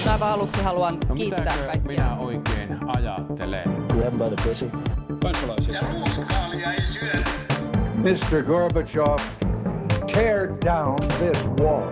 Aivan aluksi haluan kiittää kaikkia. Minä oikein ajattelen? Kansalaisia. Ja ruuskaalia ei syödä. Mr. Gorbachev, tear down this wall.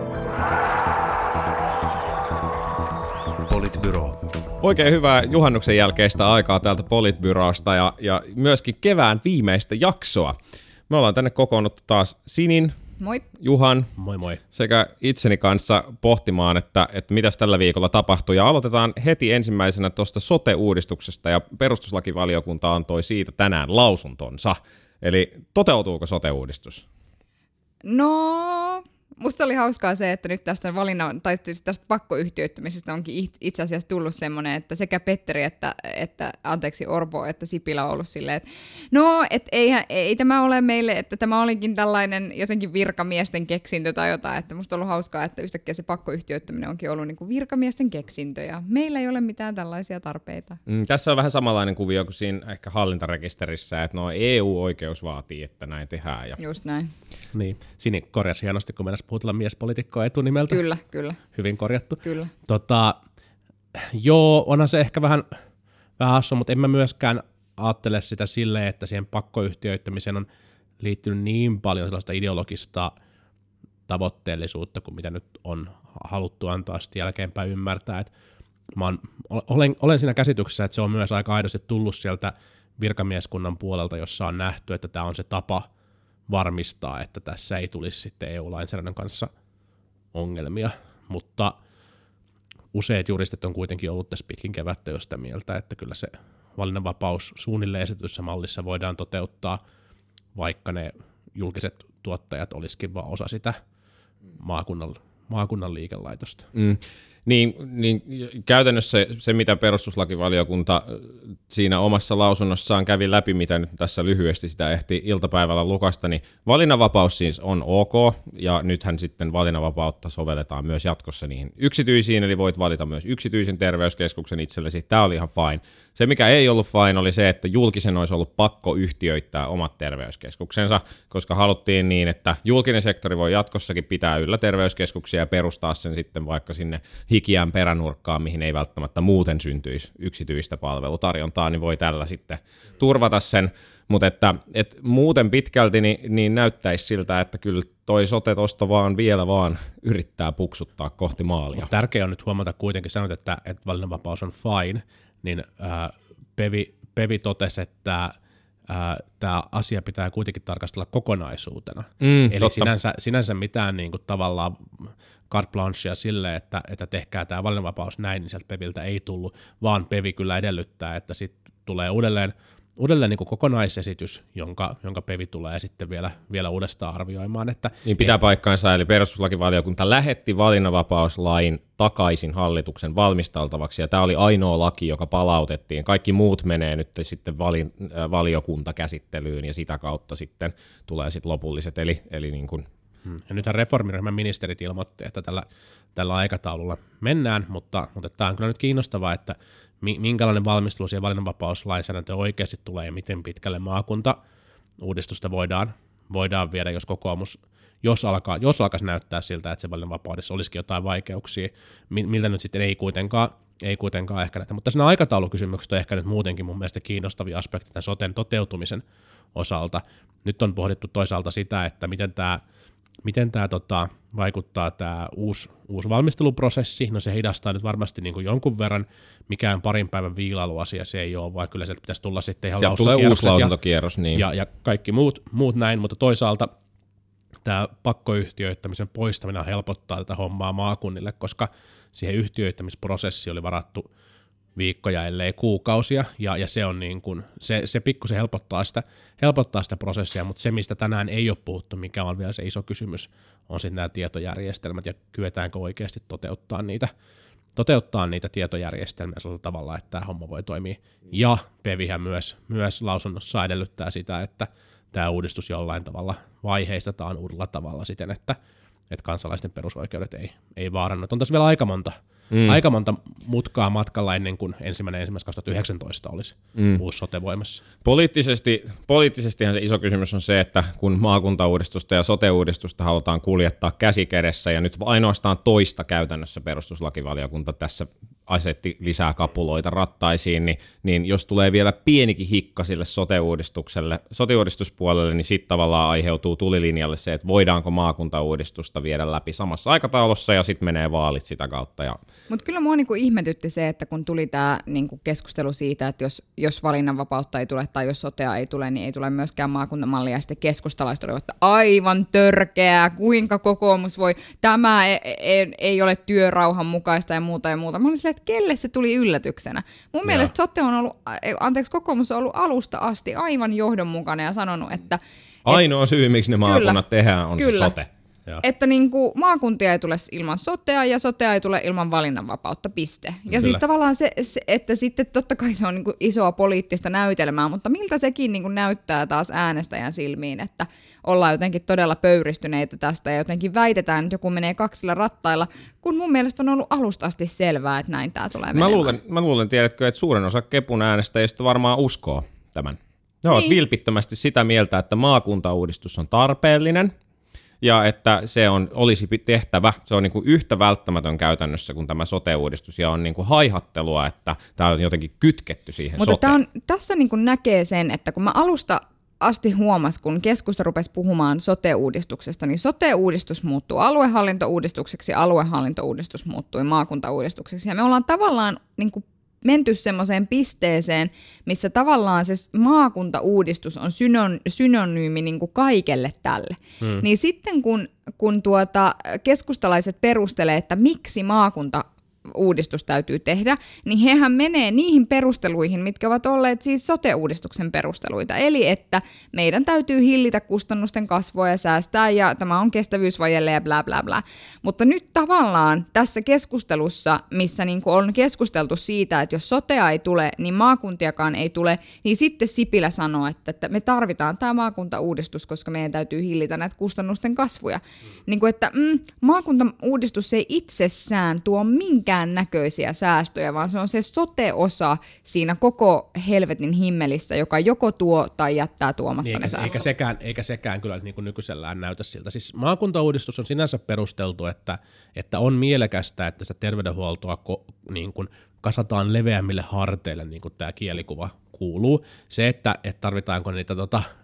Politbyro. Oikein hyvää juhannuksen jälkeistä aikaa täältä Politbyrosta ja myöskin kevään viimeistä jaksoa. Me ollaan tänne kokoonnuttu taas Sinin, Moi. Juhan Moi moi. sekä itseni kanssa pohtimaan, että mitäs tällä viikolla tapahtuu. Ja aloitetaan heti ensimmäisenä tuosta sote-uudistuksesta ja perustuslakivaliokunta antoi siitä tänään lausuntonsa. Eli toteutuuko sote-uudistus? No, musta oli hauskaa se, että nyt tästä tästä pakkoyhtiöittämisestä onkin itse asiassa tullut semmoinen, että sekä Petteri että Orpo että Sipilä on ollut silleen, että no, ei tämä ole meille, että tämä olikin tällainen jotenkin virkamiesten keksintö tai jotain, että musta on ollut hauskaa, että yhtäkkiä se pakkoyhtiöittäminen onkin ollut niin kuin virkamiesten keksintö ja meillä ei ole mitään tällaisia tarpeita. Tässä on vähän samanlainen kuvio kuin siinä ehkä hallintarekisterissä, että no EU-oikeus vaatii, että näin tehdään. Ja... Just näin. Niin, Sini korjasi hienosti, kun mennäisi puhutella miespoliitikkoa etunimeltä. Kyllä. Hyvin korjattu. Kyllä. Joo, onhan se ehkä vähän hassu, mutta en mä myöskään ajattele sitä silleen, että siihen pakkoyhtiöittämiseen on liittynyt niin paljon sellaista ideologista tavoitteellisuutta kuin mitä nyt on haluttu antaa sitten jälkeenpäin ymmärtää. Että olen siinä käsityksessä, että se on myös aika aidosti tullut sieltä virkamieskunnan puolelta, jossa on nähty, että tämä on se tapa varmistaa, että tässä ei tulisi sitten EU-lainsäädännön kanssa ongelmia, mutta useat juristit on kuitenkin ollut tässä pitkin kevättä jo sitä mieltä, että kyllä se valinnanvapaus suunnilleen esitetyssä mallissa voidaan toteuttaa, vaikka ne julkiset tuottajat olisikin vaan osa sitä maakunnan liikelaitosta. Niin käytännössä se, mitä perustuslakivaliokunta siinä omassa lausunnossaan kävi läpi, mitä nyt tässä lyhyesti sitä ehti iltapäivällä lukasta, niin valinnanvapaus siis on ok, ja nythän sitten valinnanvapautta sovelletaan myös jatkossa niihin yksityisiin, eli voit valita myös yksityisen terveyskeskuksen itsellesi. Tämä oli ihan fine. Se, mikä ei ollut fine, oli se, että julkisen olisi ollut pakko yhtiöittää omat terveyskeskuksensa, koska haluttiin niin, että julkinen sektori voi jatkossakin pitää yllä terveyskeskuksia ja perustaa sen sitten vaikka sinne hikiään peränurkkaan, mihin ei välttämättä muuten syntyisi yksityistä palvelutarjontaa, niin voi tällä sitten turvata sen. Mutta että muuten pitkälti niin näyttäisi siltä, että kyllä toi sote-tosto vaan vielä vaan yrittää puksuttaa kohti maalia. Tärkeää on nyt huomata kuitenkin, sanot, että valinnanvapaus on fine, niin Pevi totesi, että tämä asia pitää kuitenkin tarkastella kokonaisuutena. Eli sinänsä mitään niin kuin tavallaan carte blanchea sille, että tehkää tämä valinnanvapaus näin, niin sieltä Peviltä ei tullut, vaan Pevi kyllä edellyttää, että sitten tulee uudelleen niin kuin kokonaisesitys, jonka Pevi tulee sitten vielä uudestaan arvioimaan. Että niin pitää paikkaansa, eli perustuslakivaliokunta lähetti valinnanvapauslain takaisin hallituksen valmisteltavaksi, ja tämä oli ainoa laki, joka palautettiin. Kaikki muut menee nyt sitten valiokuntakäsittelyyn, ja sitä kautta sitten tulee sitten lopulliset, eli niin kuin. Ja nythän reformiryhmän ministerit ilmoitti, että tällä aikataululla mennään, mutta tämä on kyllä nyt kiinnostavaa, että minkälainen valmistelu siihen valinnanvapauslainsäädäntöön oikeasti tulee ja miten pitkälle maakuntauudistusta voidaan viedä, jos kokoomus, jos alkaisi näyttää siltä, että se valinnanvapaudessa olisikin jotain vaikeuksia, miltä nyt sitten ei kuitenkaan ehkä näitä. Mutta siinä aikataulukysymykset on ehkä nyt muutenkin mun mielestä kiinnostavia aspekteja tämän soten toteutumisen osalta. Nyt on pohdittu toisaalta sitä, että miten tämä vaikuttaa tämä uusi valmisteluprosessi. No se hidastaa nyt varmasti niin kuin jonkun verran, mikään parin päivän viilailuasia se ei ole, vaan kyllä sieltä pitäisi tulla sitten ihan tulee uusi lausuntokierros. Niin. Ja kaikki muut näin, mutta toisaalta tämä pakkoyhtiöittämisen poistaminen helpottaa tätä hommaa maakunnille, koska siihen yhtiöittämisprosessi oli varattu viikkoja, ellei kuukausia, ja se on niin kuin, se pikkusen helpottaa sitä prosessia, mutta se, mistä tänään ei ole puhuttu, mikä on vielä se iso kysymys, on sitten nämä tietojärjestelmät, ja kyetäänkö oikeasti toteuttaa niitä tietojärjestelmiä sillä tavalla, että tämä homma voi toimia. Ja Pevihän myös lausunnossa edellyttää sitä, että tämä uudistus jollain tavalla vaiheistetaan uudella tavalla siten, että kansalaisten perusoikeudet ei vaarannu. On tässä vielä aika aika monta mutkaa matkalla ennen kuin 1.1.2019 olisi uusi sote voimassa. Poliittisestihan se iso kysymys on se, että kun maakuntauudistusta ja sote-uudistusta halutaan kuljettaa käsi kädessä, ja nyt ainoastaan toista käytännössä perustuslakivaliokunta tässä asetti lisää kapuloita rattaisiin, niin jos tulee vielä pienikin hikka sille sote-uudistuspuolelle, niin sitten tavallaan aiheutuu tulilinjalle se, että voidaanko maakuntauudistusta viedä läpi samassa aikataulussa, ja sitten menee vaalit sitä kautta. Mutta kyllä mua niinku ihmetytti se, että kun tuli tämä niinku keskustelu siitä, että jos valinnanvapautta ei tule tai jos sotea ei tule, niin ei tule myöskään maakuntamallia, ja sitten keskustalaiset olivat, että aivan törkeää, kuinka kokoomus voi, tämä ei ole työrauhan mukaista ja muuta ja muuta. Mä olin silleen, että kelle se tuli yllätyksenä. Mun mielestä sote on ollut, kokoomus on ollut alusta asti aivan johdonmukainen ja sanonut, että ainoa syy, miksi ne maakunnat tehdään, on se sote. Että niinku maakuntia ei tule ilman sotea ja sotea ei tule ilman valinnanvapautta, piste. Ja siis tavallaan se, että sitten totta kai se on niinku isoa poliittista näytelmää, mutta miltä sekin niinku näyttää taas äänestäjän silmiin, että ollaan jotenkin todella pöyristyneitä tästä ja jotenkin väitetään, että joku menee kaksilla rattailla, kun mun mielestä on ollut alusta asti selvää, että näin tää tulee menemään. Mä luulen, tiedätkö, että suurin osa Kepun äänestäjistä varmaan uskoo tämän. Ne ovat vilpittömästi sitä mieltä, että maakuntauudistus on tarpeellinen, ja että se olisi tehtävä, se on niin kuin yhtä välttämätön käytännössä kuin tämä sote-uudistus, ja on niin kuin haihattelua, että tämä on jotenkin kytketty siihen soteen. Mutta tässä niin kuin näkee sen, että kun mä alusta asti huomasin, kun keskusta rupesi puhumaan sote-uudistuksesta, niin sote-uudistus muuttuu aluehallintouudistukseksi, aluehallintouudistus muuttui maakuntauudistukseksi, ja me ollaan tavallaan niin kuin menty semmoiseen pisteeseen, missä tavallaan se maakuntauudistus on synonyymi niin kuin kaikelle tälle. Niin sitten kun keskustalaiset perustelee, että miksi maakuntauudistus täytyy tehdä, niin hehän menee niihin perusteluihin, mitkä ovat olleet siis sote-uudistuksen perusteluita. Eli että meidän täytyy hillitä kustannusten kasvua ja säästää, ja tämä on kestävyysvajelle ja bla bla bla. Mutta nyt tavallaan tässä keskustelussa, missä niin kuin on keskusteltu siitä, että jos sotea ei tule, niin maakuntiakaan ei tule, niin sitten Sipilä sanoo, että me tarvitaan tämä maakuntauudistus, koska meidän täytyy hillitä näitä kustannusten kasvuja. Niin kuin, että maakuntauudistus ei itsessään tuo minkään näköisiä säästöjä, vaan se on se sote-osa siinä koko helvetin himmelissä, joka joko tuo tai jättää tuomatta ne säästöt. Eikä sekään kyllä niin kuin nykyisellään näytä siltä. Siis maakuntauudistus on sinänsä perusteltu, että on mielekästä, että sitä terveydenhuoltoa niin kuin kasataan leveämmille harteille, niin kuin tämä kielikuva kuuluu. Se, että tarvitaanko niitä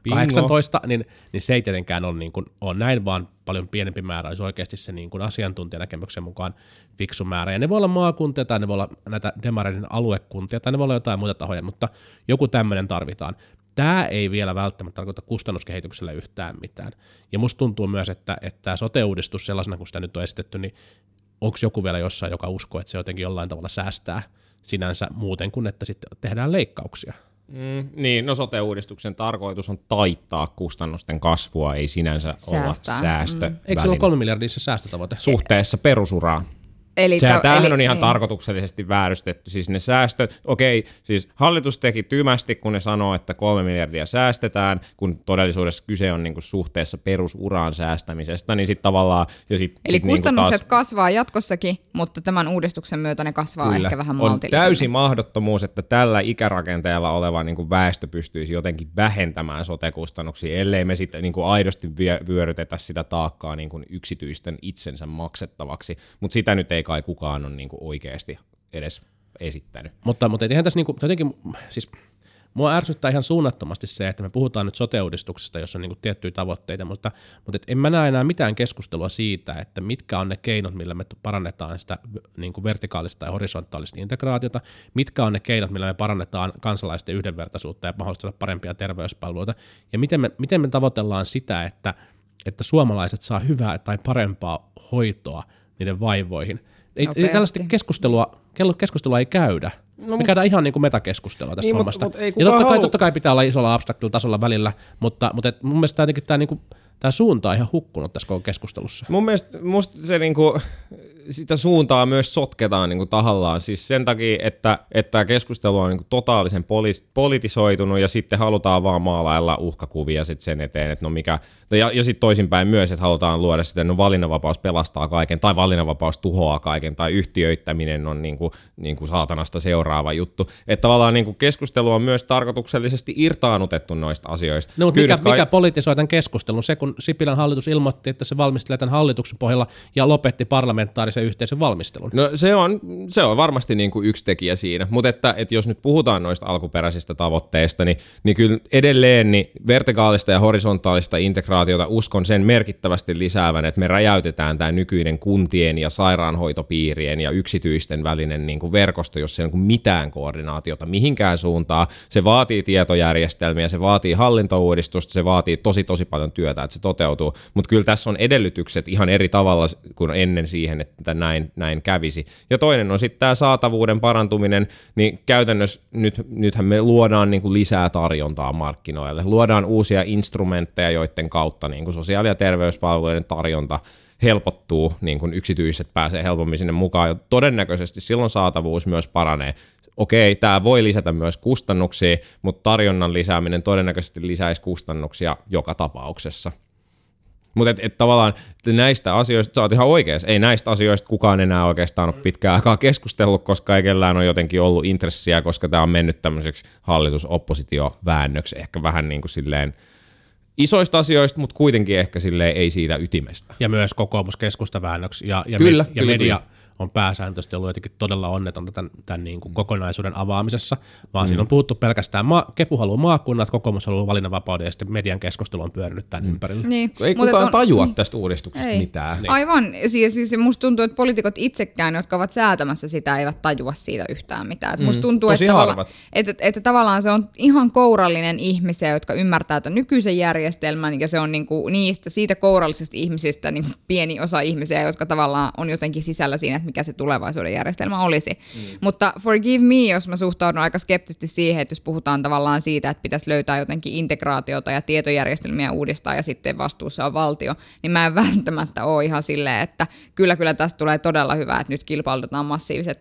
18, niin se ei tietenkään ole näin, vaan paljon pienempi määrä olisi oikeasti se niin kuin asiantuntijanäkemyksen mukaan fiksu määrä. Ja ne voi olla maakuntia, tai ne voi olla näitä demareiden aluekuntia, tai ne voi olla jotain muita tahoja, mutta joku tämmöinen tarvitaan. Tämä ei vielä välttämättä tarkoita kustannuskehitykselle yhtään mitään. Ja musta tuntuu myös, että tämä sote-uudistus sellaisena, kun sitä nyt on esitetty, niin onko joku vielä jossain, joka uskoo, että se jotenkin jollain tavalla säästää sinänsä muuten kuin, että sitten tehdään leikkauksia? Niin, no sote-uudistuksen tarkoitus on taittaa kustannusten kasvua, ei sinänsä olla säästö. Eikö se ole 3 miljardia se säästötavoite? Suhteessa perusuraan. Tämähän on ihan tarkoituksellisesti väärystetty. Siis ne säästöt, siis hallitus teki tymästi, kun ne sanoo, että 3 miljardia säästetään, kun todellisuudessa kyse on niinku suhteessa perusuraan säästämisestä, niin sitten tavallaan... Eli kustannukset kasvaa jatkossakin, mutta tämän uudistuksen myötä ne kasvaa ehkä vähän maltillisemmin. On täysi mahdottomuus, että tällä ikärakenteella oleva niinku väestö pystyisi jotenkin vähentämään sote-kustannuksia, ellei me sitten niinku aidosti vyörytetä sitä taakkaa niinku yksityisten itsensä maksettavaksi, mutta sitä nyt ei kai kukaan on niinku oikeasti edes esittänyt. Mutta eihän tässä niinku, jotenkin, siis mua ärsyttää ihan suunnattomasti se, että me puhutaan nyt sote-uudistuksesta, jossa on niinku tiettyjä tavoitteita, mutta en mä näe enää mitään keskustelua siitä, että mitkä on ne keinot, millä me parannetaan sitä niinku vertikaalista ja horisontaalista integraatiota, mitkä on ne keinot, millä me parannetaan kansalaisten yhdenvertaisuutta ja mahdollistaa parempia terveyspalveluita, ja miten me tavoitellaan sitä, että suomalaiset saa hyvää tai parempaa hoitoa niiden vaivoihin. Ei tällaista keskustelua ei käydä. Me käydään ihan niin kuin metakeskustelua tästä hommasta. Ja totta kai pitää olla isolla abstraktilla tasolla välillä, mutta mun mielestä tämä suunta on ihan hukkunut tässä koko keskustelussa. Musta se niinku, sitä suuntaa myös sotketaan niin kuin tahallaan. Siis sen takia, että keskustelu on niin kuin totaalisen politisoitunut ja sitten halutaan vaan maalailla uhkakuvia sit sen eteen, että no mikä, ja sitten toisinpäin myös, että halutaan luoda sitä, että no valinnanvapaus pelastaa kaiken, tai valinnanvapaus tuhoaa kaiken, tai yhtiöittäminen on niin kuin saatanasta seuraava juttu. Että tavallaan niin kuin keskustelu on myös tarkoituksellisesti irtaanutettu noista asioista. No, mikä politisoi tämän keskustelun? Se, kun Sipilän hallitus ilmoitti, että se valmistelee tämän hallituksen pohjalla ja lopetti parlamentaarisen yhteisön valmistelun. No se on varmasti niin kuin yksi tekijä siinä, mutta että jos nyt puhutaan noista alkuperäisistä tavoitteista, niin kyllä edelleen niin vertikaalista ja horisontaalista integraatiota uskon sen merkittävästi lisäävän, että me räjäytetään tämä nykyinen kuntien ja sairaanhoitopiirien ja yksityisten välinen niin kuin verkosto, jos ei ole mitään koordinaatiota mihinkään suuntaan. Se vaatii tietojärjestelmiä, se vaatii hallintouudistusta, se vaatii tosi paljon työtä, että se toteutuu, mutta kyllä tässä on edellytykset ihan eri tavalla kuin ennen siihen, että näin kävisi. Ja toinen on sitten tämä saatavuuden parantuminen, niin käytännössä nythän me luodaan niin kuin lisää tarjontaa markkinoille, luodaan uusia instrumentteja, joiden kautta niin kuin sosiaali- ja terveyspalveluiden tarjonta helpottuu, niin kuin yksityiset pääsee helpommin sinne mukaan, ja todennäköisesti silloin saatavuus myös paranee. Okei, tämä voi lisätä myös kustannuksia, mutta tarjonnan lisääminen todennäköisesti lisäisi kustannuksia joka tapauksessa. Mutta tavallaan näistä asioista, sä oot ihan oikeassa, ei näistä asioista kukaan enää oikeastaan ole pitkään aikaa keskustellut, koska ei kellään ole jotenkin ollut intressiä, koska tämä on mennyt tämmöiseksi hallitus-oppositio-väännöksi, ehkä vähän niin kuin silleen isoista asioista, mutta kuitenkin ehkä silleen ei siitä ytimestä. Ja myös kokoomus-keskustaväännöksi ja media on pääsääntöisesti ollut jotenkin todella onnetonta tämän niin kuin kokonaisuuden avaamisessa, vaan siinä on puhuttu pelkästään Kepu haluaa maakunnat, kokoomus haluaa valinnanvapauden ja sitten median keskustelu on pyörinyt tämän ympärillä. Niin. Ei kukaan tajua tästä uudistuksesta mitään. Niin. Aivan. Siis musta tuntuu, että poliitikot itsekään, jotka ovat säätämässä sitä, eivät tajua siitä yhtään mitään. Musta tuntuu, että tavallaan se on ihan kourallinen ihmisiä, jotka ymmärtää tämän nykyisen järjestelmän, ja se on niinku siitä kourallisista ihmisistä niin pieni osa ihmisiä, jotka tavallaan on jotenkin sisällä siinä, mikä se tulevaisuuden järjestelmä olisi. Mutta forgive me, jos mä suhtaudun aika skeptisesti siihen, että jos puhutaan tavallaan siitä, että pitäisi löytää jotenkin integraatiota ja tietojärjestelmiä uudistaa ja sitten vastuussa on valtio, niin mä en välttämättä ole ihan silleen, että kyllä tästä tulee todella hyvä, että nyt kilpailutetaan massiiviset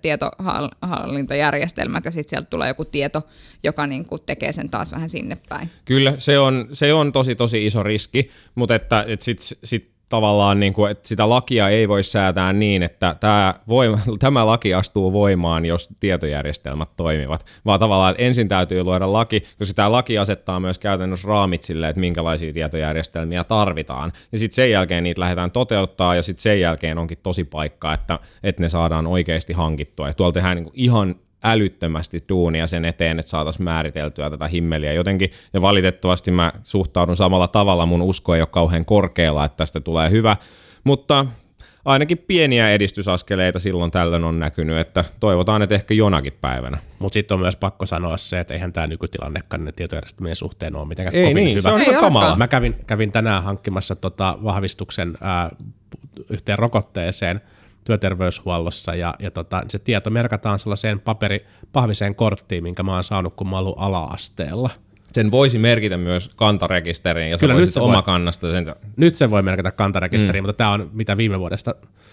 tietohallintojärjestelmät ja sitten sieltä tulee joku tieto, joka niin kuin tekee sen taas vähän sinne päin. Kyllä, se on tosi iso riski, mutta että sit tavallaan, niin kuin, että sitä lakia ei voi säätää niin, että tämä laki astuu voimaan, jos tietojärjestelmät toimivat, vaan tavallaan, että ensin täytyy luoda laki, koska tämä laki asettaa myös käytännössä raamit sille, että minkälaisia tietojärjestelmiä tarvitaan. Ja sitten sen jälkeen niitä lähdetään toteuttaa, ja sitten sen jälkeen onkin tosi paikka, että ne saadaan oikeasti hankittua. Ja tuolla tehdään niin kuin ihan älyttömästi duunia sen eteen, että saataisiin määriteltyä tätä himmeliä jotenkin, ja valitettavasti mä suhtaudun samalla tavalla, mun usko ei ole kauhean korkealla, että tästä tulee hyvä, mutta ainakin pieniä edistysaskeleita silloin tällöin on näkynyt, että toivotaan, että ehkä jonakin päivänä. Mutta sitten on myös pakko sanoa se, että eihän tämä nykytilannekaan tietojärjestelmien suhteen ole mitenkään ei kovin niin, hyvä. Se on ihan kamala. Mä kävin tänään hankkimassa vahvistuksen yhteen rokotteeseen työterveyshuollossa ja se tieto merkataan sellaiseen pahviseen korttiin, minkä mä oon saanut, kun mä oon ollut ala-asteella. Sen voisi merkitä myös kantarekisteriin, ja kyllä, sä voisit omakannasta sen. Nyt se voi merkitä kantarekisteriin, mutta tämä on mitä viime vuodesta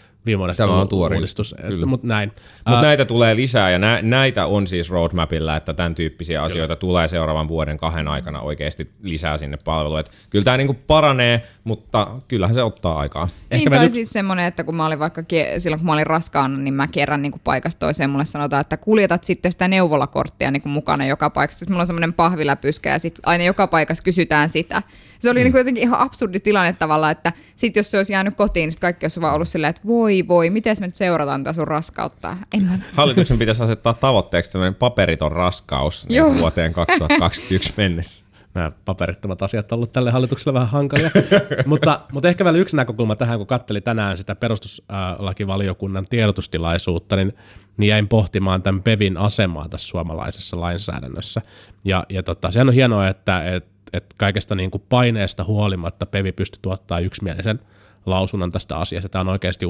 tämä on tuori uudistus, mutta näin. Mutta näitä tulee lisää, ja näitä on siis roadmapilla, että tämän tyyppisiä asioita tulee seuraavan vuoden 2 aikana oikeasti lisää sinne palveluun. Kyllä tämä niinku paranee, mutta kyllähän se ottaa aikaa. Niin, tai siis semmoinen, että kun mä olin silloin kun mä olin raskaana, niin mä kerran niin kuin paikasta toiseen, mulle sanotaan, että kuljetat sitten sitä neuvolakorttia niin kuin mukana joka paikassa. Sitten mulla on semmoinen pahviläpyskä, ja sitten aina joka paikassa kysytään sitä. Se oli niin kuin jotenkin ihan absurdi tilanne tavallaan, että sit jos se olisi jäänyt kotiin, niin kaikki olisi vaan ollut silleen, että voi, miten me nyt seurataan tätä sun raskautta? Hallituksen pitäisi asettaa tavoitteeksi tämmöinen paperiton raskaus niin vuoteen 2021 mennessä. Nämä paperittomat asiat on ollut tälle hallitukselle vähän hankalia. mutta ehkä vielä yksi näkökulma tähän, kun katselin tänään sitä perustuslakivaliokunnan tiedotustilaisuutta, niin jäin pohtimaan tämän PeVin asemaa tässä suomalaisessa lainsäädännössä. Ja sehän on hienoa, että kaikesta niin kuin paineesta huolimatta PeVi pystyi tuottaa yksimielisen lausunnon tästä asiasta. Tämä on oikeasti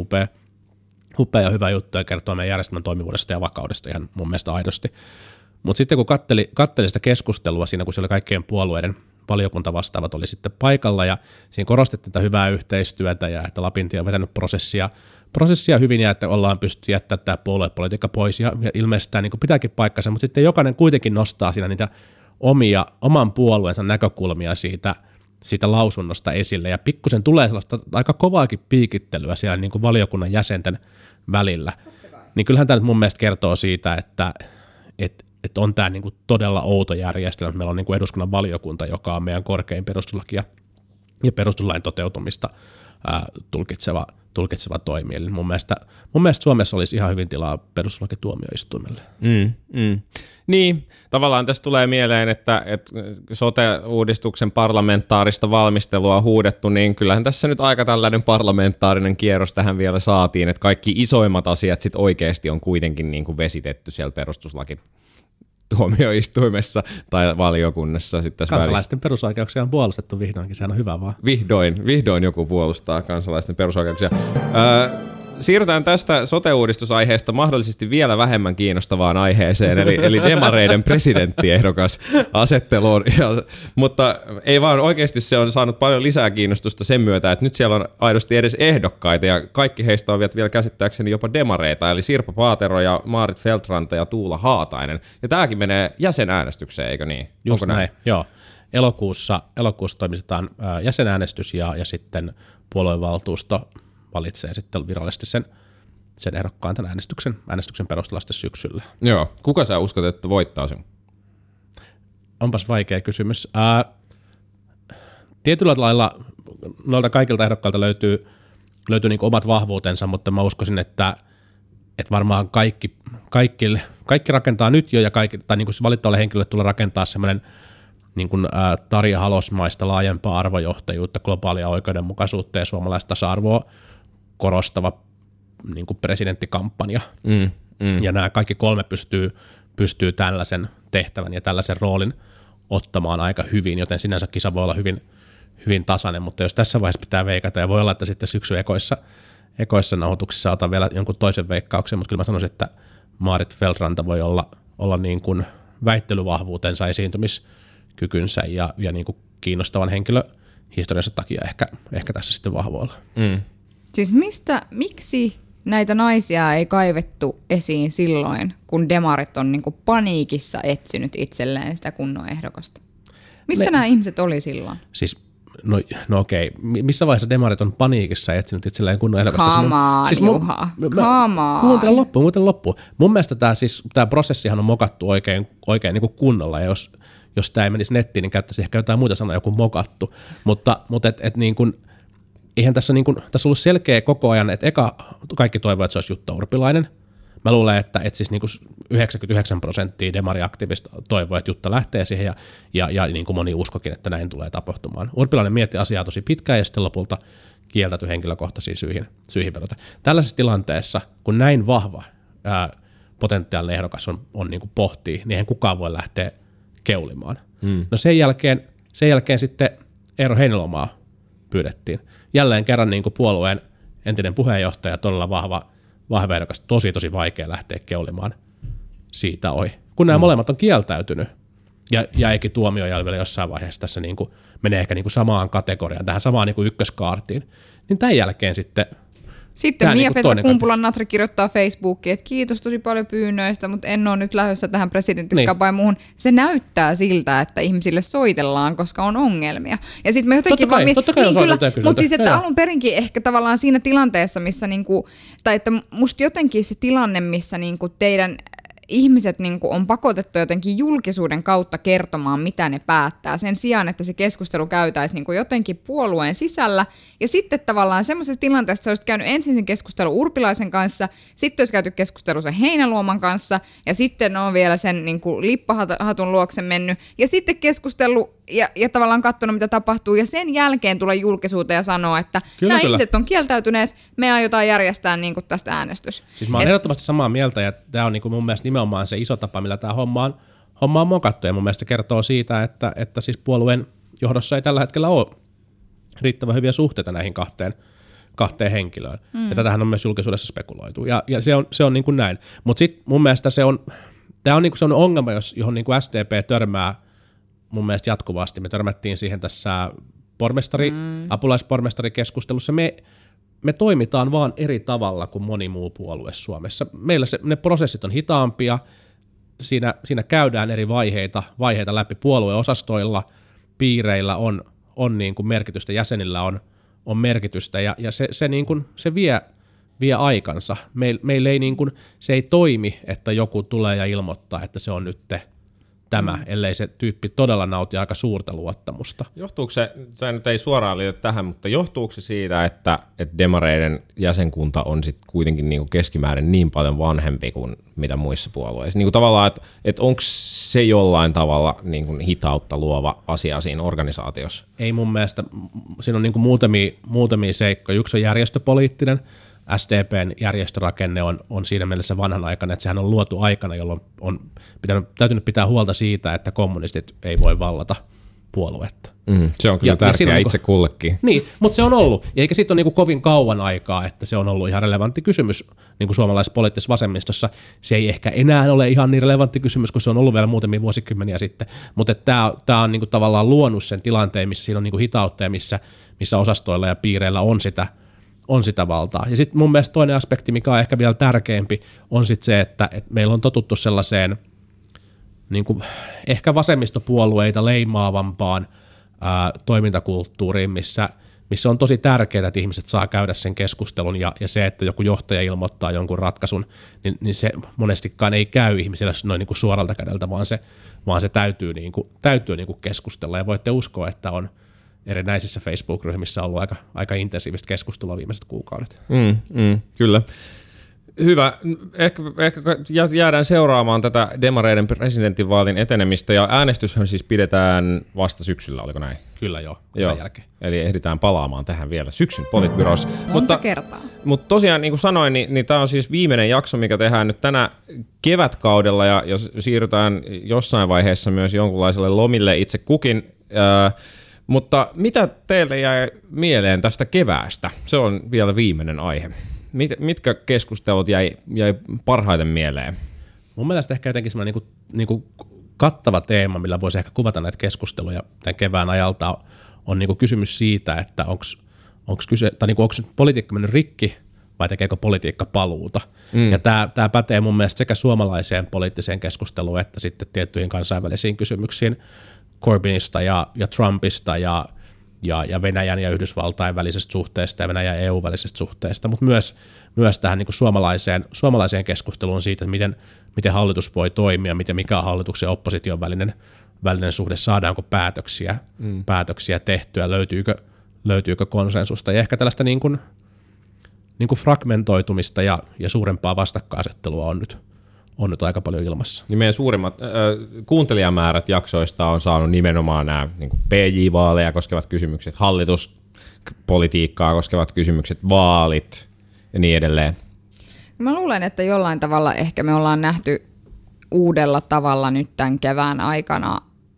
upea ja hyvä juttu ja kertoo meidän järjestelmän toimivuudesta ja vakaudesta ihan mun mielestä aidosti. Mutta sitten kun katteli sitä keskustelua siinä, kun siellä oli kaikkien puolueiden valiokuntavastaavat oli sitten paikalla ja siinä korostettiin tätä hyvää yhteistyötä ja että Lapintie on vetänyt prosessia hyvin ja että ollaan pystytty jättämään tämä puoluepolitiikka pois ja ilmeisesti tämä niin pitääkin paikkansa, mutta sitten jokainen kuitenkin nostaa siinä niitä oman puolueensa näkökulmia siitä lausunnosta esille ja pikkusen tulee sellaista aika kovaakin piikittelyä siellä niin kuin valiokunnan jäsenten välillä. Niin kyllähän tämä nyt mun mielestä kertoo siitä, että on tämä niin kuin todella outo järjestelmä, että meillä on niin kuin eduskunnan valiokunta, joka on meidän korkein perustuslakia ja perustuslain toteutumista tulkitseva toimi. Eli mun mielestä Suomessa olisi ihan hyvin tilaa perustuslakituomioistuimelle. Niin, tavallaan tässä tulee mieleen, että sote-uudistuksen parlamentaarista valmistelua on huudettu, niin kyllähän tässä nyt aika tällainen parlamentaarinen kierros tähän vielä saatiin, että kaikki isoimmat asiat sit oikeasti on kuitenkin niin kuin vesitetty siellä perustuslakituomioistuimessa tai valiokunnassa. Kansalaisten perusoikeuksia on puolustettu vihdoinkin, sehän on hyvä vaan. Vihdoin joku puolustaa kansalaisten perusoikeuksia. Siirrytään tästä sote-uudistusaiheesta mahdollisesti vielä vähemmän kiinnostavaan aiheeseen, eli demareiden presidenttiehdokas asetteluun. Mutta ei vaan oikeasti se on saanut paljon lisää kiinnostusta sen myötä, että nyt siellä on aidosti edes ehdokkaita ja kaikki heistä on vielä käsittääkseni jopa demareita, eli Sirpa Paatero ja Maarit Feldt-Ranta ja Tuula Haatainen. Ja tämäkin menee jäsenäänestykseen, eikö niin? Just näin, joo. Elokuussa toimitetaan jäsenäänestys ja sitten puoluevaltuusto valitsee sitten virallisesti sen ehdokkaan tämän äänestyksen perusteella sitten syksyllä. Joo. Kuka sä uskot, että voittaa sen? Onpas vaikea kysymys. Tietyllä lailla noilta kaikilta ehdokkailta löytyy niin kuin omat vahvuutensa, mutta mä uskoisin, että varmaan kaikki rakentaa nyt jo ja tai niin kuin valittavalle henkilölle tulee rakentaa semmoinen niin kuin Tarja Halosmaista laajempaa arvojohtajuutta, globaalia oikeudenmukaisuutta ja suomalaista tasa-arvoa korostava niin kuin presidenttikampanja. Ja nämä kaikki kolme pystyy tällaisen tehtävän ja tällaisen roolin ottamaan aika hyvin, joten sinänsä kisa voi olla hyvin tasainen, mutta jos tässä vaiheessa pitää veikata, ja voi olla, että sitten syksyn ekoissa nauhoituksissa otan vielä jonkun toisen veikkauksen, mutta kyllä mä sanoisin, että Maarit Feldt-Ranta voi olla niin kuin väittelyvahvuutensa, esiintymiskykynsä ja niin kuin kiinnostavan henkilöhistoriansa takia ehkä tässä sitten vahvoilla. Siis miksi näitä naisia ei kaivettu esiin silloin, kun demarit on niinku paniikissa etsinyt itselleen sitä kunnon ehdokasta? Missä nämä ihmiset oli silloin? Siis, no okei. Missä vaiheessa demarit on paniikissa etsinyt itselleen kunnon ehdokasta? Come on, Juha. Come on. Kuuntele loppuun. Mun mielestä tämä prosessihan on mokattu oikein niin kuin kunnolla, ja jos tämä ei menisi nettiin, niin käyttäisi ehkä jotain muuta sanoja kuin mokattu. Mutta niin kuin eihän tässä, niin kuin, tässä ollut selkeä koko ajan, että kaikki toivoo, että se olisi Jutta Urpilainen. Mä luulen, että siis niin kuin 99% demariaktiivista toivoo, että Jutta lähtee siihen ja niin kuin moni uskokin, että näin tulee tapahtumaan. Urpilainen mietti asiaa tosi pitkään ja sitten lopulta kieltäytyi henkilökohtaisiin syihin vedota. Tällaisessa tilanteessa, kun näin vahva potentiaalinen ehdokas on niin kuin pohtii, niin eihän kukaan voi lähteä keulimaan. No sen jälkeen sitten Eero Heinäluomaa pyydettiin. Jälleen kerran niin kuin puolueen entinen puheenjohtaja, todella vahva ehdokas, tosi vaikea lähteä keulimaan siitä ohi. Kun nämä molemmat on kieltäytynyt ja jäikin tuomiojalle vielä jossain vaiheessa tässä niin kuin, menee ehkä niin kuin samaan kategoriaan, tähän samaan niin kuin ykköskaartiin, niin tämän jälkeen sitten Mia niin Petra Kumpulan-Natri kirjoittaa Facebookiin, että kiitos tosi paljon pyynnöistä, mutta en ole nyt lähdössä tähän presidenttiskapaan ja muuhun. Se näyttää siltä, että ihmisille soitellaan, koska on ongelmia. Ja sitten me jotenkin totta kai kyllä, mutta siis että alun perinkin ehkä tavallaan siinä tilanteessa, missä niinku, tai että musta jotenkin se tilanne, missä niinku teidän ihmiset niinku on pakotettu jotenkin julkisuuden kautta kertomaan, mitä ne päättää, sen sijaan, että se keskustelu käytäisi niinku jotenkin puolueen sisällä. Ja sitten tavallaan semmoisessa tilanteessa, olisi käynyt ensin sen keskustelu Urpilaisen kanssa, sitten olisi käyty keskustelu sen Heinäluoman kanssa, ja sitten on vielä sen niinku lippahatun luokse mennyt, ja sitten keskustelu ja tavallaan katsonut, mitä tapahtuu, ja sen jälkeen tulee julkisuuteen ja sanoa, että nämä ihmiset on kieltäytyneet, me aiotaan järjestää niinku tästä äänestys. Siis mä oon ehdottomasti samaa mieltä, ja tämä on niinku mun mielestä nimenomaan se iso tapa, millä tämä homma on mokattu, ja mun mielestä kertoo siitä, että siis puolueen johdossa ei tällä hetkellä ole riittävän hyviä suhteita näihin kahteen henkilöön. Ja tätähän on myös julkisuudessa spekuloitu. Ja se on niin kuin näin. Mutta sitten mun mielestä tämä on niin kuin se on ongelma, johon niin kuin SDP törmää mun mielestä jatkuvasti. Me törmättiin siihen tässä apulaispormestarikeskustelussa. Me toimitaan vaan eri tavalla kuin moni muu puolue Suomessa. Meillä ne prosessit on hitaampia, siinä käydään eri vaiheita läpi puolueosastoilla, piireillä on niin kuin merkitystä, jäsenillä on merkitystä ja se, niin kuin, se vie aikansa. Meillä ei niin kuin, se ei toimi, että joku tulee ja ilmoittaa, että se on nyt tämä, ellei se tyyppi todella nauti aika suurta luottamusta. Johtuuko se nyt ei suoraan liity tähän, mutta johtuuko se siitä, että demareiden jäsenkunta on sitten kuitenkin niinku keskimäärin niin paljon vanhempi kuin mitä muissa puolueissa? Niinku tavallaan, että onko se jollain tavalla niinku hitautta luova asia siinä organisaatiossa? Ei mun mielestä, siinä on niinku muutamia seikkoja. Yksi on järjestöpoliittinen. SDPn järjestörakenne on siinä mielessä vanhanaikainen, että sehän on luotu aikana, jolloin on täytynyt pitää huolta siitä, että kommunistit ei voi vallata puoluetta. Se on kyllä tärkeää itse kullekin. Niin, mutta se on ollut, eikä siitä ole niin kuin kovin kauan aikaa, että se on ollut ihan relevantti kysymys niin kuin suomalaisessa poliittisessa vasemmistossa. Se ei ehkä enää ole ihan niin relevantti kysymys, kun se on ollut vielä muutamia vuosikymmeniä sitten, mutta tämä on niin kuin tavallaan luonut sen tilanteen, missä siinä on niin kuin hitautta ja missä osastoilla ja piireillä on sitä valtaa. Ja sitten mun mielestä toinen aspekti, mikä on ehkä vielä tärkeämpi, on sitten se, että meillä on totuttu sellaiseen niin kuin ehkä vasemmistopuolueita leimaavampaan toimintakulttuuriin, missä on tosi tärkeää, että ihmiset saa käydä sen keskustelun ja se, että joku johtaja ilmoittaa jonkun ratkaisun, niin se monestikaan ei käy ihmisille noin niin kuin suoralta kädeltä, vaan se täytyy niin kuin keskustella ja voitte uskoa, että on erinäisissä Facebook-ryhmissä ollut aika intensiivistä keskustelua viimeiset kuukaudet. Kyllä. Hyvä. Ehkä jäädään seuraamaan tätä demareiden presidentinvaalin etenemistä, ja äänestyshän siis pidetään vasta syksyllä, oliko näin? Kyllä joo. Sen jälkeen. Eli ehditään palaamaan tähän vielä syksyn politbyrossa. Monta kertaa. Mutta tosiaan, niin kuin sanoin, niin tämä on siis viimeinen jakso, mikä tehdään nyt tänä kevätkaudella, ja siirrytään jossain vaiheessa myös jonkunlaiselle lomille itse kukin. Mutta mitä teille jäi mieleen tästä keväästä? Se on vielä viimeinen aihe. Mitkä keskustelut jäi parhaiten mieleen? Mun mielestä ehkä jotenkin semmoinen niinku kattava teema, millä voisi ehkä kuvata näitä keskusteluja tämän kevään ajalta, on niinku kysymys siitä, että onko politiikka mennyt rikki vai tekeekö politiikka paluuta. Ja tämä pätee mun mielestä sekä suomalaiseen poliittiseen keskusteluun että sitten tiettyihin kansainvälisiin kysymyksiin Corbynista ja Trumpista ja Venäjän ja Yhdysvaltain välisestä suhteesta ja Venäjän ja EU välisestä suhteesta, mutta myös tähän niin kuin suomalaiseen keskusteluun siitä, että miten hallitus voi toimia, mikä on hallituksen ja opposition välinen suhde, saadaanko päätöksiä tehtyä, löytyykö konsensusta ja ehkä tällaista niin kuin fragmentoitumista ja suurempaa vastakkainasettelua on nyt aika paljon ilmassa. Niin meidän suurimmat kuuntelijamäärät jaksoista on saanut nimenomaan nämä niin kuin PJ-vaaleja koskevat kysymykset, hallituspolitiikkaa koskevat kysymykset, vaalit ja niin edelleen. Mä luulen, että jollain tavalla ehkä me ollaan nähty uudella tavalla nyt tämän kevään aikana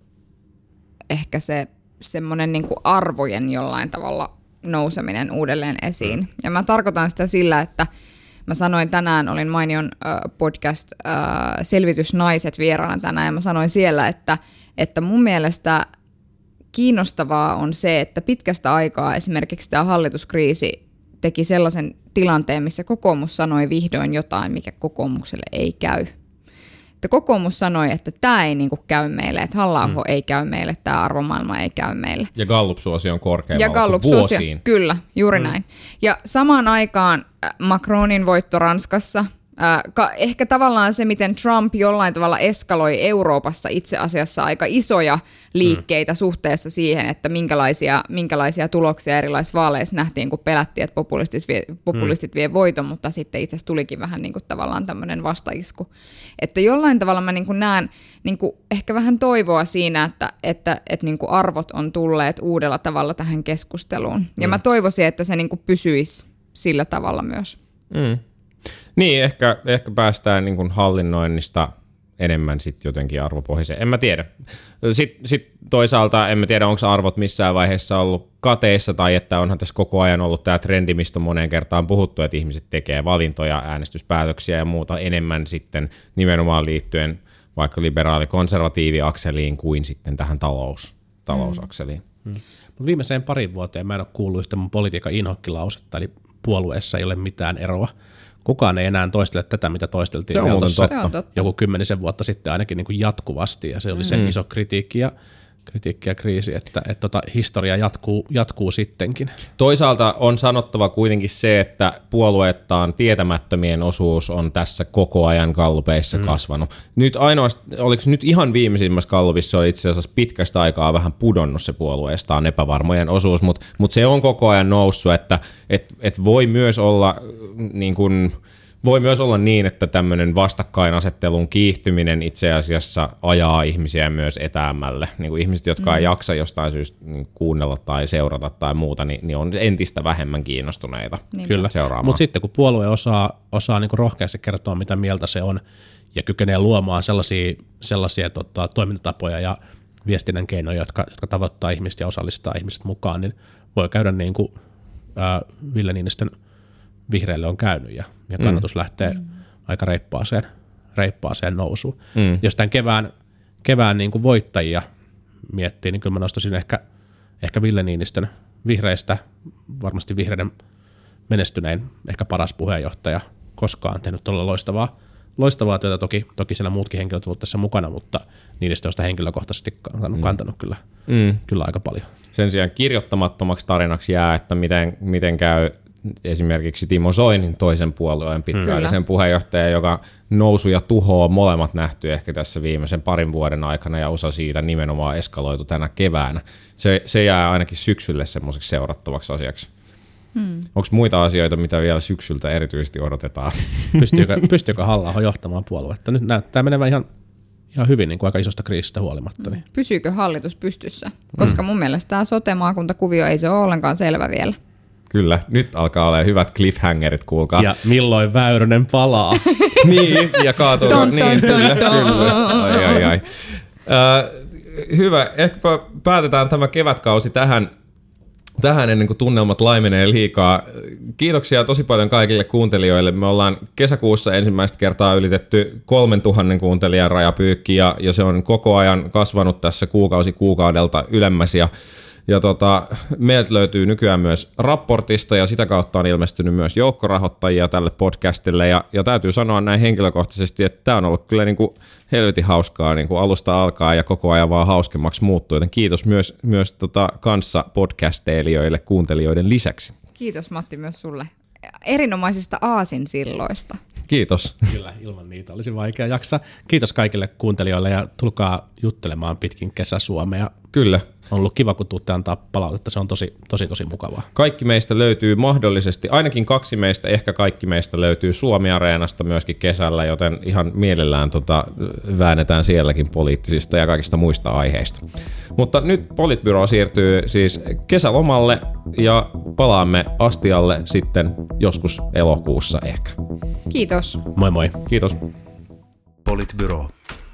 ehkä se semmoinen niin kuin arvojen jollain tavalla nouseminen uudelleen esiin. Ja mä tarkoitan sitä sillä, että mä sanoin tänään, olin Mainion podcast Selvitysnaiset vieraana tänään, ja mä sanoin siellä, että mun mielestä kiinnostavaa on se, että pitkästä aikaa esimerkiksi tämä hallituskriisi teki sellaisen tilanteen, missä kokoomus sanoi vihdoin jotain, mikä kokoomukselle ei käy. Että kokoomus sanoi, että tämä ei niinku käy meille, että Halla-aho ei käy meille, tämä arvomaailma ei käy meille. Ja Gallup-suosio on korkeammalla kuin vuosiin. Kyllä, juuri näin. Ja samaan aikaan Macronin voitto Ranskassa, ehkä tavallaan se, miten Trump jollain tavalla eskaloi Euroopassa itse asiassa aika isoja liikkeitä suhteessa siihen, että minkälaisia tuloksia erilaisissa vaaleissa nähtiin, kun pelättiin, että populistit vie voiton, mutta sitten itse asiassa tulikin vähän niin kuin tavallaan tämmöinen vastaisku. Että jollain tavalla mä niin kuin näen niin kuin ehkä vähän toivoa siinä, että niin kuin arvot on tulleet uudella tavalla tähän keskusteluun. Ja mä toivoisin, että se niin kuin pysyisi sillä tavalla myös. Niin, ehkä päästään niin kuin hallinnoinnista enemmän sitten jotenkin arvopohjaiseen. En mä tiedä. Sitten toisaalta en mä tiedä, onko arvot missään vaiheessa ollut kateissa, tai että onhan tässä koko ajan ollut tämä trendi, mistä on moneen kertaan puhuttu, että ihmiset tekee valintoja, äänestyspäätöksiä ja muuta enemmän sitten nimenomaan liittyen vaikka liberaali-konservatiivi-akseliin kuin sitten tähän talousakseliin. Mutta viimeiseen parin vuoteen mä en ole kuullut yhtä mun politiikan inhokkilausetta, eli puolueessa ei ole mitään eroa. Kukaan ei enää toistele tätä, mitä toisteltiin vielä tuossa joku 10 vuotta sitten ainakin niin kuin jatkuvasti, ja se oli se iso kritiikki ja kriisi, että historia jatkuu sittenkin. Toisaalta on sanottava kuitenkin se, että puolueettaan tietämättömien osuus on tässä koko ajan gallupeissa kasvanut. Nyt oliko nyt ihan viimeisimmässä gallupissa oli itse asiassa pitkästä aikaa vähän pudonnut se puolueestaan epävarmojen osuus, mutta se on koko ajan noussut, että voi myös olla niin kuin voi myös olla niin, että tämmöinen vastakkainasettelun kiihtyminen itse asiassa ajaa ihmisiä myös etäämmälle. Niin kuin ihmiset, jotka ei jaksa jostain syystä kuunnella tai seurata tai muuta, niin on entistä vähemmän kiinnostuneita seuraamaan. Mutta sitten kun puolue osaa niin kuin rohkeasti kertoa, mitä mieltä se on, ja kykenee luomaan sellaisia toimintatapoja ja viestinnän keinoja, jotka tavoittaa ihmistä ja osallistaa ihmiset mukaan, niin voi käydä niin kuin Ville Niinistön vihreille on käynyt ja kannatus lähtee aika reippaaseen nousuun. Jos tämän kevään niin kuin voittajia miettii, niin kyllä mä nostaisin ehkä Ville Niinistön vihreistä, varmasti vihreiden menestynein, ehkä paras puheenjohtaja koskaan, tehnyt todella loistavaa työtä, toki siellä muutkin henkilöt ovat tässä mukana, mutta Niinistö on sitä henkilökohtaisesti kantanut kyllä aika paljon. Sen sijaan kirjoittamattomaksi tarinaksi jää, että miten käy esimerkiksi Timo Soinin toisen puolueen pitkäaikaisen puheenjohtaja, joka nousu ja tuho on molemmat nähty ehkä tässä viimeisen parin vuoden aikana, ja osa siitä nimenomaan eskaloitu tänä keväänä. Se jää ainakin syksylle semmoiseksi seurattavaksi asiaksi. Onko muita asioita, mitä vielä syksyltä erityisesti odotetaan? Pystyykö Halla-aho johtamaan puoluetta? Nyt näyttää menevän ihan hyvin niin kuin aika isosta kriisistä huolimatta. Niin. Pysyykö hallitus pystyssä? Koska mun mielestä tämä sote-maakuntakuvio ei se ole ollenkaan selvä vielä. Kyllä, nyt alkaa olla hyvät cliffhangerit, kuulkaa. Ja milloin Väyrynen palaa? Niin, ja kaatuu. Kyllä. Ai. Hyvä, ehkäpä päätetään tämä kevätkausi tähän ennen kuin tunnelmat laimenee liikaa. Kiitoksia tosi paljon kaikille kuuntelijoille. Me ollaan kesäkuussa ensimmäistä kertaa ylitetty 3000 kuuntelijan rajapyykki, ja se on koko ajan kasvanut tässä kuukausi kuukaudelta ylemmäs. Ja meiltä löytyy nykyään myös Rapportista, ja sitä kautta on ilmestynyt myös joukkorahoittajia tälle podcastille, ja täytyy sanoa näin henkilökohtaisesti, että tämä on ollut kyllä niin kuin helvetin hauskaa niin kuin alusta alkaa ja koko ajan vaan hauskemmaksi muuttuu, joten kiitos myös kanssa podcasteilijoille kuuntelijoiden lisäksi. Kiitos Matti myös sulle erinomaisista aasinsilloista. Kiitos. Kyllä, ilman niitä olisi vaikea jaksaa. Kiitos kaikille kuuntelijoille ja tulkaa juttelemaan pitkin kesäsuomea. Kyllä. On ollut kiva, kun tuutte antaa palautetta. Se on tosi mukavaa. Kaikki meistä löytyy mahdollisesti, ainakin 2 meistä, ehkä kaikki meistä löytyy Suomi-areenasta myöskin kesällä, joten ihan mielellään väännetään sielläkin poliittisista ja kaikista muista aiheista. Mutta nyt Politbyro siirtyy siis kesälomalle ja palaamme astialle sitten joskus elokuussa ehkä. Kiitos. Moi moi. Kiitos. Politbyro.